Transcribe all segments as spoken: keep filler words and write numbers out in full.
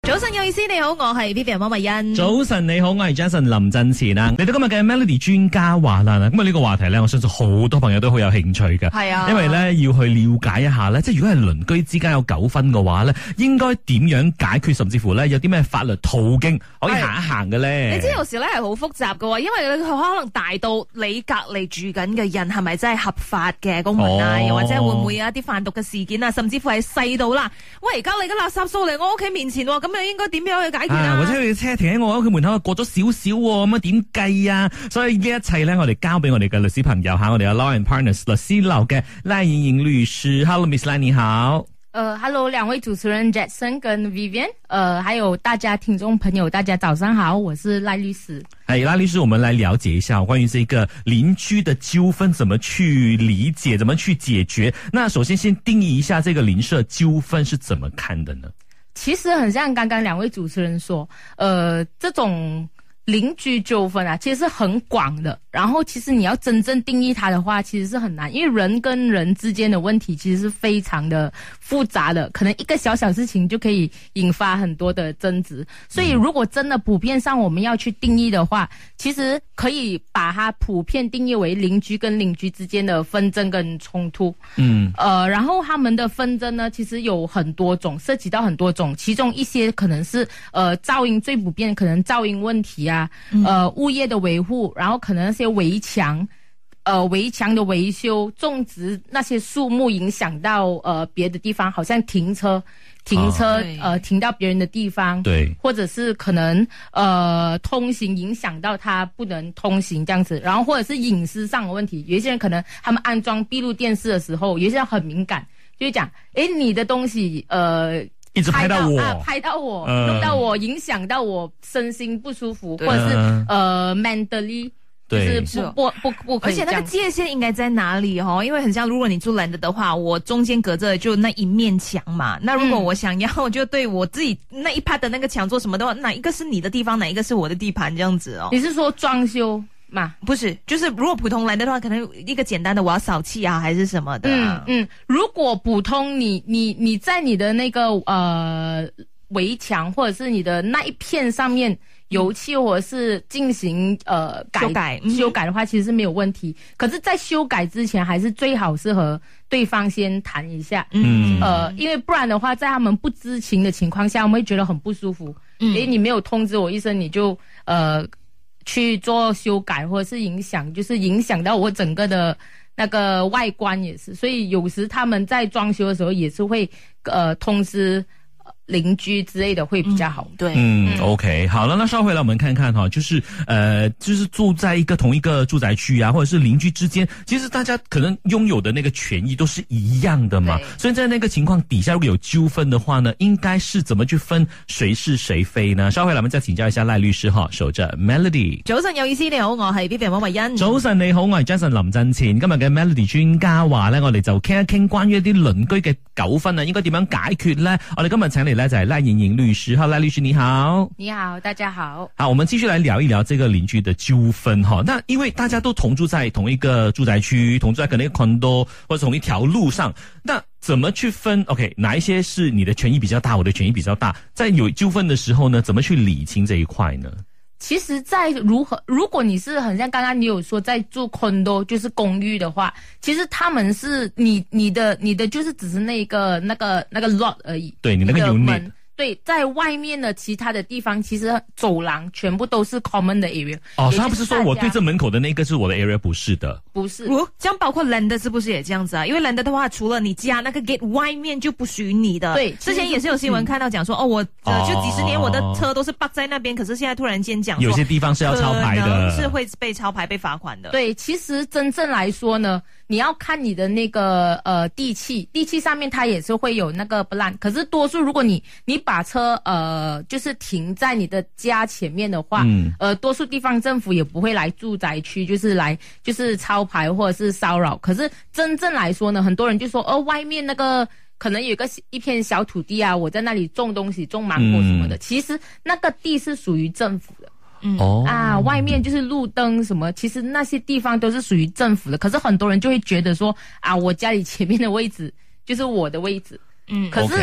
早晨有意思，你好，我係 Vivian 汪慧欣。 早晨你好，我係 Jason 林振前啊。嚟到今日嘅 Melody 專家話啦，咁啊呢個話題咧，我相信好多朋友都好有興趣嘅。係啊，因為咧要去了解一下咧，即係如果係鄰居之間有糾紛嘅話咧，應該點樣解決，甚至乎咧有啲咩法律途徑可以行一行嘅咧？ 你知有時咧係好複雜嘅，因為佢可能大到你隔離住緊嘅人係咪真係合法嘅公民啊？哦、又或者會唔會有一啲販毒嘅事件啊？甚至乎係細到啦，喂，而家你嘅垃圾掃嚟我屋企面前，咁你應該點樣去解決啊？啊或者佢車停喺我屋企門口過咗少少，咁啊點計啊？所以呢一切咧，我哋交俾我哋嘅律師朋友吓，我哋嘅 Law and Partners 律師樓嘅賴盈盈律師。Hello Miss 賴你好。 呃 ，Hello 兩位主持人 Jackson 跟 Vivian， 呃，還有大家聽眾朋友，大家早上好，我是賴律師。 哎，賴律師，我們來了解一下關於這個鄰居的糾紛，怎麼去理解，怎麼去解決？那首先先定義一下這個鄰舍糾紛是怎麼看的呢？ 其實很像剛剛兩位主持人說，呃，這種鄰居糾紛啊，其實是很廣的。然後其實你要真正定義它的話，其實是很難，因為人跟人之間的問題其實是非常的複雜的，可能一個小小事情就可以引發很多的爭執。所以如果真的普遍上我們要去定義的話，其實可以把它普遍定義為鄰居跟鄰居之間的紛爭跟衝突。嗯，呃，然後他們的紛爭呢，其實有很多種，涉及到很多種，其中一些可能是呃噪音，最普遍可能噪音問題啊，呃物業的維護，然後可能些圍牆，呃，圍牆的維修、種植那些樹木影響到呃別的地方，好像停車、停車、哦、呃停到別人的地方，對，或者是可能呃通行影響到他不能通行這樣子，然後或者是隱私上的問題，有一些人可能他們安裝閉路電視的時候，有些人很敏感，就會講，誒，你的東西呃。 一直拍到我， 啊、拍到我，弄、呃、到我，影響到我身心不舒服，或者是呃 mentally，就是不不不不可以。而且那個界限應該在哪裡哦？因為很像，如果你住 landed 的話，我中間隔着就那一面牆嘛。那如果我想要，我就對我自己那一 part 的那個牆做什麼的話，哪一個是你的地方，哪一個是我的地盤，這樣子哦。你是說裝修嘛？不是，就是如果普通來的話，可能一個簡單的我要掃氣啊，還是什麼的、啊。嗯嗯，如果普通你你你在你的那個呃圍牆或者是你的那一片上面油漆或者是進行呃改修改、嗯、修改的話，其實是沒有問題。可是，在修改之前，還是最好是和對方先談一下。嗯，呃，因為不然的話，在他們不知情的情況下，我們會覺得很不舒服。嗯，誒，你沒有通知我一聲，你就呃。去做修改或者是影響，就是影響到我整個的那個外觀也是，所以有時他們在裝修的時候也是會呃通知鄰居之類的會比較好。嗯、對， 嗯 ，OK， 好了，那稍回來我們看看哈，就是呃，就是住在一個同一個住宅區啊，或者是鄰居之間，其實大家可能擁有的那個權益都是一樣的嘛。所以在那個情況底下，如果有糾紛的話呢，應該是怎麼去分誰是誰非呢？稍回來我們再請教一下賴律師哈，守着 Melody。 早晨有意思，你好，我係 Vivian 汪慧欣。 早晨你好，我係 Jason 林振前。今日嘅 Melody 專家話呢，我哋就傾一傾關於一啲鄰居嘅糾紛啊，應該點樣解決呢？我哋今日請嚟呢就係賴盈盈律師。好，賴律師你好。 你好，大家好。 好，我們繼續來聊一聊這個鄰居的糾紛哈。那因為大家都同住在同一個住宅區，同住在可能一個 condo 或者同一條路上，那怎麼去分 ？OK， 哪一些是你的權益比較大，我的權益比較大？在有糾紛的時候呢，怎麼去理清這一塊呢？ 其實，在如何，如果你是很像剛剛你有說在住 condo 就是公寓的話，其實他們是你你的你的就是只是那個那個那個 lot 而已。 對，你那個 unit。 對，在外面的其他的地方，其實走廊全部都是 common 的 area。 哦，所以他不是說我對正門口的那個是我的 area， 不是的。 不是。 哦，這樣包括 landed 是不是也這樣子啊？因為 landed 的話，除了你家那個 gate 外面就不屬於你的。對，之前也是有新聞看到講說，嗯、哦，我、呃、就幾十年我的車都是 park 在那邊，可是現在突然間講說， 有些地方是要抄牌的， 是會被抄牌被罰款的。 對，其實真正來說呢，你要看你的那個呃地契，地契上面它也是會有那個 plan。可是多數如果你你把車呃就是停在你的家前面的話，嗯，呃多數地方政府也不會來住宅區，就是來就是抄牌或者是騷擾。可是真正來說呢，很多人就說，呃外面那個可能有一個一片小土地啊，我在那裡種東西，種芒果什麼的，嗯、其實那個地是屬於政府的。嗯哦啊，外面就是路燈什麼，其實那些地方都是屬於政府的。可是很多人就會覺得說，啊，我家裡前面的位置就是我的位置。嗯，可是。Okay.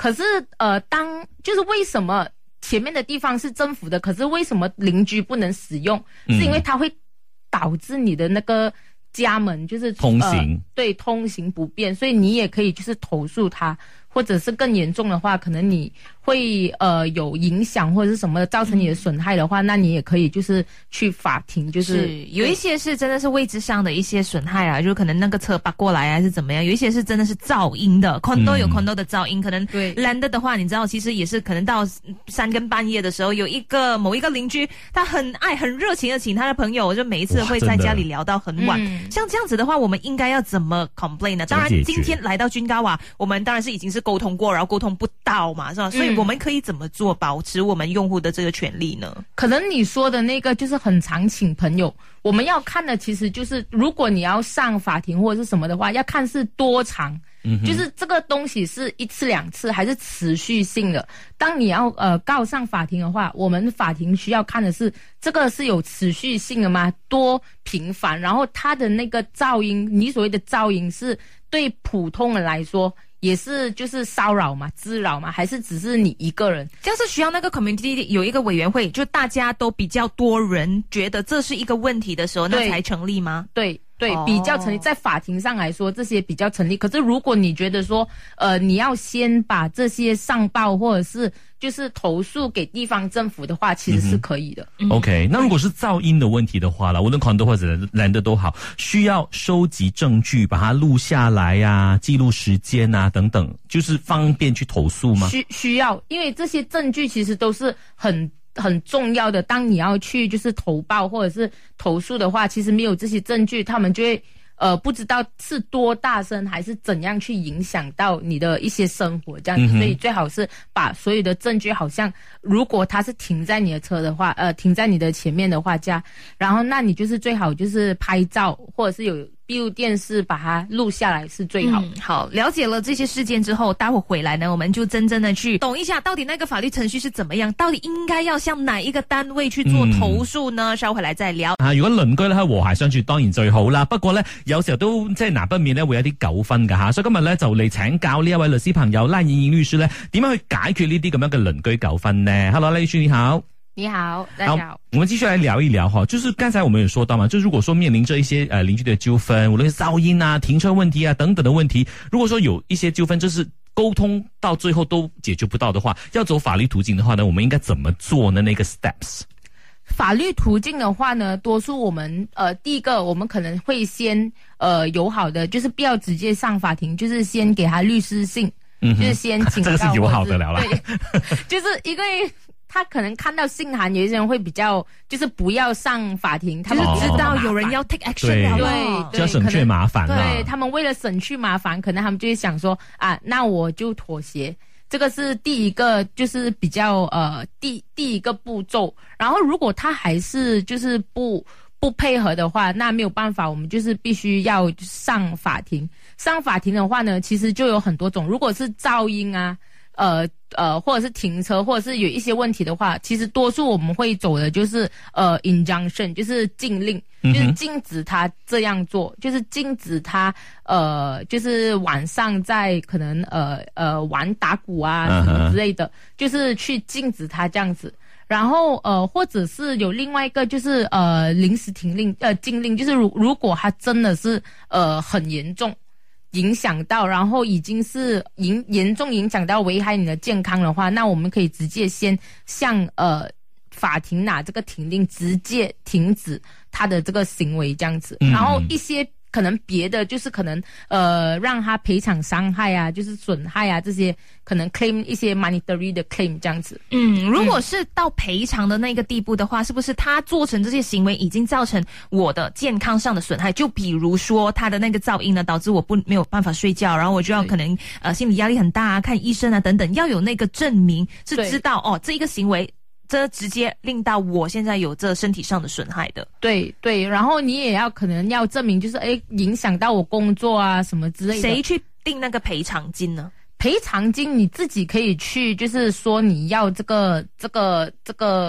可是呃，当就是为什么前面的地方是政府的，可是为什么邻居不能使用？嗯、是因为它会导致你的那个家门就是通行、呃， 对，通行不便，所以你也可以就是投诉他。或者是更严重的话，可能你会呃有影响或者是什么造成你的损害的话，嗯、那你也可以就是去法庭，就是、 是有一些是真的是位置上的一些损害啊，就可能那个车扒过来还是怎么样，有一些是真的是噪音的 ，condo 有 condo 的噪音，可能 land 的话，你知道其实也是可能到三更半夜的时候，有一个某一个邻居他很爱很热情的请他的朋友，就每一次会在家里聊到很晚，像这样子的话，我们应该要怎么 complain 呢？当然今天来到君高啊，我们当然是已经是沟通过，然后沟通不到嘛，是吧？所以我们可以怎么做保持我们用户的这个权利呢？ 可能你说的那个就是很常请朋友，我们要看的其实就是如果你要上法庭或者是什么的话，要看是多长。嗯、就是这个东西是一次两次还是持续性的。当你要呃告上法庭的话，我们法庭需要看的是这个是有持续性的吗？多频繁，然后它的那个噪音，你所谓的噪音是对普通人来说也是就是骚扰嘛、滋扰嘛，还是只是你一个人？ 这样是需要那个 community 有一个委员会，就大家都比较多人觉得这是一个问题的时候，那才成立吗？ 对。对，比较成立，在法庭上来说，这些比较成立。可是如果你觉得说，呃，你要先把这些上报或者是就是投诉给地方政府的话，其实是可以的。 嗯、OK， 那如果是噪音的问题的话啦，无论 condo 或者land的都好，需要收集证据，把它录下来呀、啊，记录时间啊等等，就是方便去投诉吗？ 需需要，因为这些证据其实都是很。很重要的，当你要去就是投报或者是投诉的话，其实没有这些证据，他们就会呃不知道是多大声还是怎样去影响到你的一些生活这样子、嗯、所以最好是把所有的证据，好像如果他是停在你的车的话，呃停在你的前面的话加，然后那你就是最好就是拍照或者是有闭路电视把它录下来是最好、嗯。 好，了解了这些事件之后，待会回来呢，我们就真正的去懂一下到底那个法律程序是怎麼樣，到底應該要向哪一個單位去做投訴呢？稍、嗯、回來再聊。 啊，如果鄰居咧和諧相處，當然最好啦。不過咧，有時候都即係難不免咧會有啲糾紛噶吓，所以今日咧就嚟請教呢一位律師朋友賴穎穎律師咧，點樣去解決呢啲咁樣嘅鄰居糾紛呢 ？Hello， 賴律師你好。 你好，大家好。 我們繼續來聊一聊哈，就是剛才我們有說到嘛，就如果說面臨着一些呃鄰居的糾紛，無論是噪音啊、停車問題啊等等的問題，如果說有一些糾紛，就是溝通到最後都解決不到的話，要走法律途徑的話呢，我們應該怎麼做呢？那個 steps？ 法律途徑的話呢，多數我們呃第一個我們可能會先呃友好的，就是不要直接上法庭，就是先給他律師信，嗯、就是先請告。這個是友好的了啦。對，就是一個。他可能看到信函，有一些人會比較，就是不要上法庭，他們知道有人要 take action， 對， 對，要省去麻煩。 對，他們為了省去麻煩，可能他們就會想說啊，那我就妥協。這個是第一個，就是比較呃第第一個步驟。然後如果他還是就是不不配合的話，那沒有辦法，我們就是必須要上法庭。上法庭的話呢，其實就有很多種。如果是噪音啊。呃呃，或者是停車，或者是有一些問題的話，其實多數我們會走的就是呃 injunction， 就是禁令，就是禁止他這樣做，就是禁止他呃，就是晚上在可能呃呃玩打鼓啊什麼之類的，就是去禁止他這樣子。然後呃，或者是有另外一個就是呃臨時停令呃禁令，就是如如果他真的是呃很嚴重。影響到，然後已經是嚴嚴重影響到危害你的健康的話，那我們可以直接先向呃法庭拿這個停令，直接停止他的這個行為這樣子。嗯、然後一些可能別的就是可能呃讓他賠償傷害啊，就是損害啊這些可能 claim 一些 monetary 的 claim 這樣子。 嗯，如果是到賠償的那個地步的話，是不是他做成這些行為已經造成我的健康上的損害？就比如說他的那個噪音呢，導致我不沒有辦法睡覺，然後我就要可能呃心理壓力很大啊，看醫生啊等等，要有那個證明是知道哦這一個行為。這直接令到我現在有這身體上的損害的。 對對，然後你也要可能要證明，就是誒影響到我工作啊什麼之類的。 誰去定那個賠償金呢？ 賠償金你自己可以去，就是說你要這個這個這個。這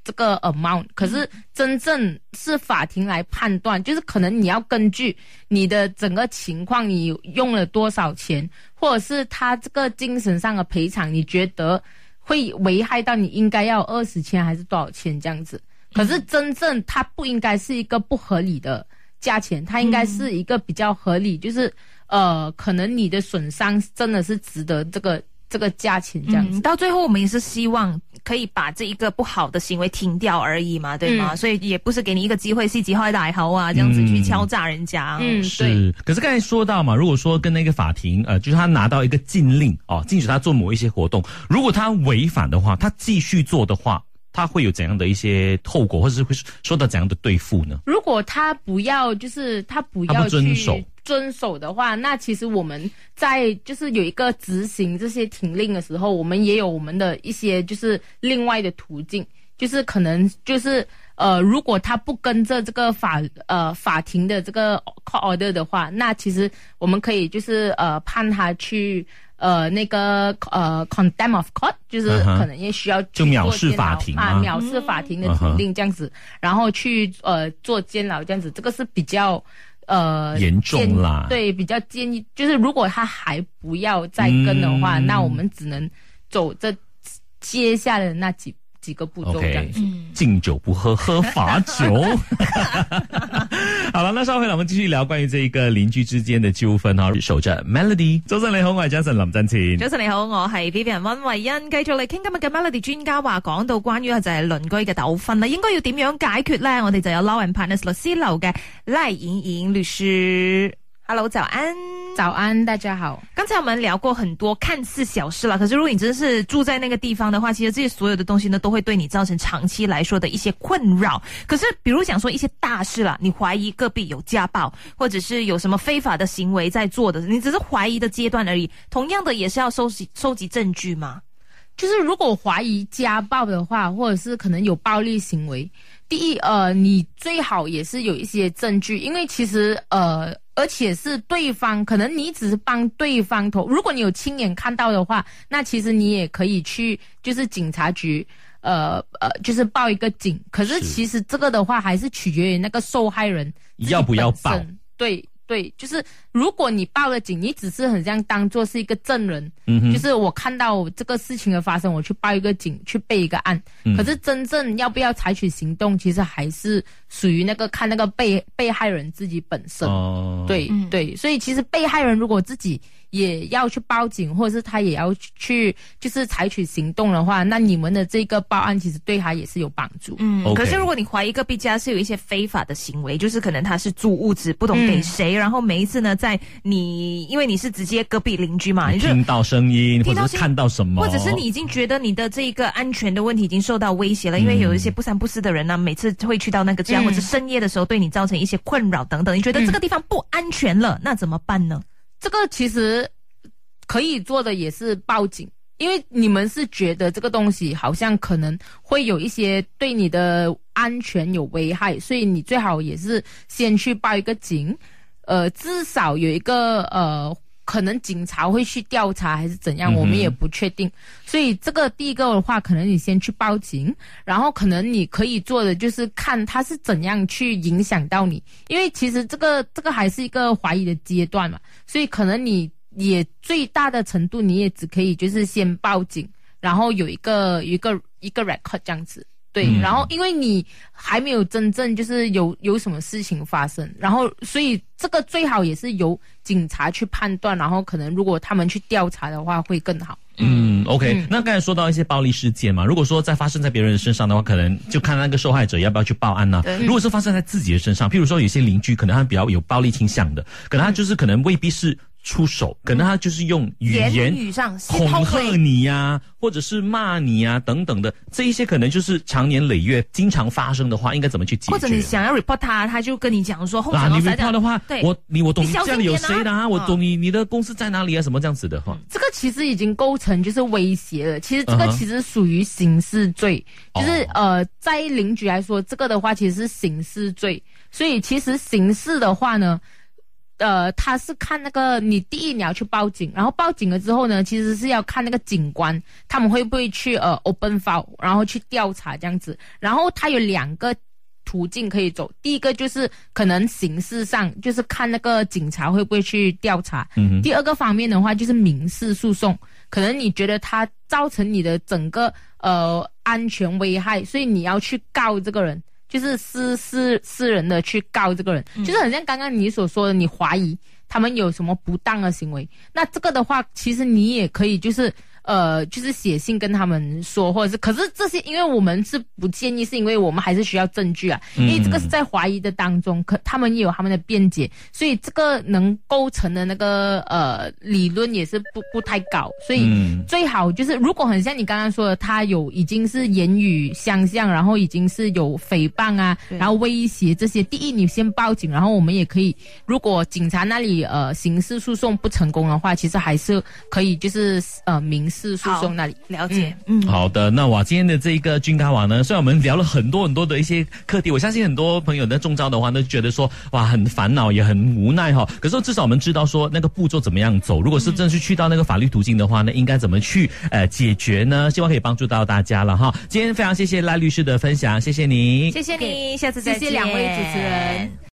这个 amount， 可是真正是法庭来判断，就是可能你要根据你的整个情况，你用了多少钱，或者是他这个精神上的赔偿，你觉得会危害到你应该要二十千还是多少钱这样子。可是真正它不应该是一个不合理的价钱，它应该是一个比较合理，就是呃，可能你的损伤真的是值得这个这个价钱这样子。 嗯，到最后我们也是希望可以把这一个不好的行为停掉而已嘛，对吗？嗯，所以也不是给你一个机会戏级开大口啊，这样子去敲诈人家。 嗯， 是。可是刚才说到嘛，如果说跟那个法庭呃，就是他拿到一个禁令哦，禁止他做某一些活动，如果他违反的话，他继续做的话，他会有怎样的一些后果，或者是会受到怎样的对付呢？ 如果他不要，就是他不要去遵守遵守的话，那其实我们在就是有一个执行这些停令的时候，我们也有我们的一些就是另外的途径，就是可能就是呃，如果他不跟着这个法呃法庭的这个 court order 的话，那其实我们可以就是呃判他去。呃，那个呃 contempt of court 就是可能也需要就藐视法庭啊，藐视法庭的停令这样子，嗯，然后去呃做监牢这样子，这个是比较呃严重啦。 对，比较建议就是如果他还不要再跟的话，嗯，那我们只能走这接下来的那几几个步骤这样子。 Okay, 敬酒不喝，喝罚酒。好了，那稍後我們繼續聊關於這一個鄰居之間的糾紛哈。守着 Melody， 早晨你好，我係 Jason 林振前。 早晨你好，我係 Vivian 溫慧欣。繼續嚟傾今日嘅 Melody 專家話，講到關於就係鄰居嘅糾紛啦，應該要點樣解決呢？我哋就有 Law and Partners 律師樓嘅賴盈盈律師。Hello， 早安。 早安，大家好。 刚才我们聊过很多看似小事了，可是如果你真是住在那个地方的话，其实这些所有的东西呢，都会对你造成长期来说的一些困扰。可是比如讲说一些大事啦，你怀疑隔壁有家暴，或者是有什么非法的行为在做的，你只是怀疑的阶段而已，同样的也是要收集收集证据吗？ 就是如果怀疑家暴的话，或者是可能有暴力行为，第一呃，你最好也是有一些证据，因为其实呃而且是对方，可能你只是帮对方投，如果你有亲眼看到的话，那其实你也可以去就是警察局呃呃就是报一个警，可是其实这个的话还是取决于那个受害人要不要报。 对对，就是如果你报了警，你只是很像当作是一个证人， 嗯， 就是我看到这个事情的发生，我去报一个警，去备一个案， 嗯， 可是真正要不要采取行动，其实还是属于那个看那个被被害人自己本身。 哦， 对，嗯，对，所以其实被害人如果自己也要去报警，或者是他也要去就是采取行动的话，那你们的这个报案其实对他也是有帮助。 嗯， okay. 可是如果你怀疑隔壁家是有一些非法的行为，就是可能他是租屋子不懂给谁，嗯，然后每一次呢在你因为你是直接隔壁邻居嘛， 你听到声音或者是看到什么， 或者是你已经觉得你的这个安全的问题已经受到威胁了，嗯，因为有一些不三不四的人呢，每次会去到那个家，嗯，或者深夜的时候对你造成一些困扰等等，你觉得这个地方不安全了，嗯，那怎么办呢？ 这个其实可以做的也是报警，因为你们是觉得这个东西好像可能会有一些对你的安全有危害，所以你最好也是先去报一个警，呃，至少有一个呃，可能警察会去调查还是怎样，我们也不确定。所以这个第一个的话，可能你先去报警，然后可能你可以做的就是看他是怎样去影响到你，因为其实这个这个还是一个怀疑的阶段嘛，所以可能你也最大的程度你也只可以就是先报警，然后有一个有一个一个 record 这样子。对，嗯，然后因为你还没有真正就是有有什么事情发生，然后所以这个最好也是由警察去判断，然后可能如果他们去调查的话会更好。 嗯 ，OK，嗯，那刚才说到一些暴力事件嘛，如果说在发生在别人身上的话，可能就看那个受害者要不要去报案呢，啊？如果是发生在自己的身上，譬如说有些邻居可能他比较有暴力倾向的，可能他就是可能未必是出手，可能他就是用语言言语上恐吓你呀，啊，或者是骂你啊等等的，这一些可能就是常年累月经常发生的话，应该怎么去解决？ 或者你想要 report 他，他就跟你讲说， 啊，你 report 的话，我你我懂你家里有谁的啊，我懂你你的公司在哪里啊，什么这样子的话， 这个其实已经构成就是威胁了。其实这个其实属于刑事罪，嗯，就是呃，在邻居来说，这个的话其实是刑事罪，所以其实刑事的话呢。 呃，他是看那个你第一你要去报警，然后报警了之后呢，其实是要看那个警官他们会不会去呃 open file， 然后去调查这样子。然后他有两个途径可以走，第一个就是可能刑事上就是看那个警察会不会去调查，嗯，第二个方面的话就是民事诉讼，可能你觉得他造成你的整个呃安全危害，所以你要去告这个人。就是私私私人的去告这个人，嗯、就是很像刚刚你所说的，你怀疑他们有什么不当的行为，那这个的话，其实你也可以就是呃，就是写信跟他们说，或者是，可是这些，因为我们是不建议，是因为我们还是需要证据啊，因为这个是在怀疑的当中，可他们也有他们的辩解，所以这个能构成的那个呃理论也是不不太高，所以最好就是如果很像你刚刚说的，他有已经是言语相向，然后已经是有诽谤啊，然后威胁这些，第一你先报警，然后我们也可以，如果警察那里呃刑事诉讼不成功的话，其实还是可以就是呃民事诉讼那里了解。 嗯，好的，那哇，今天的这个君大网呢，虽然我们聊了很多很多的一些课题，我相信很多朋友呢中招的话呢，觉得说哇很烦恼也很无奈哈。可是至少我们知道说那个步骤怎么样走，如果是真是去到那个法律途径的话呢，应该怎么去呃解决呢？希望可以帮助到大家了哈。今天非常谢谢赖律师的分享，谢谢你， 谢谢你，下次再见， 谢谢两位主持人。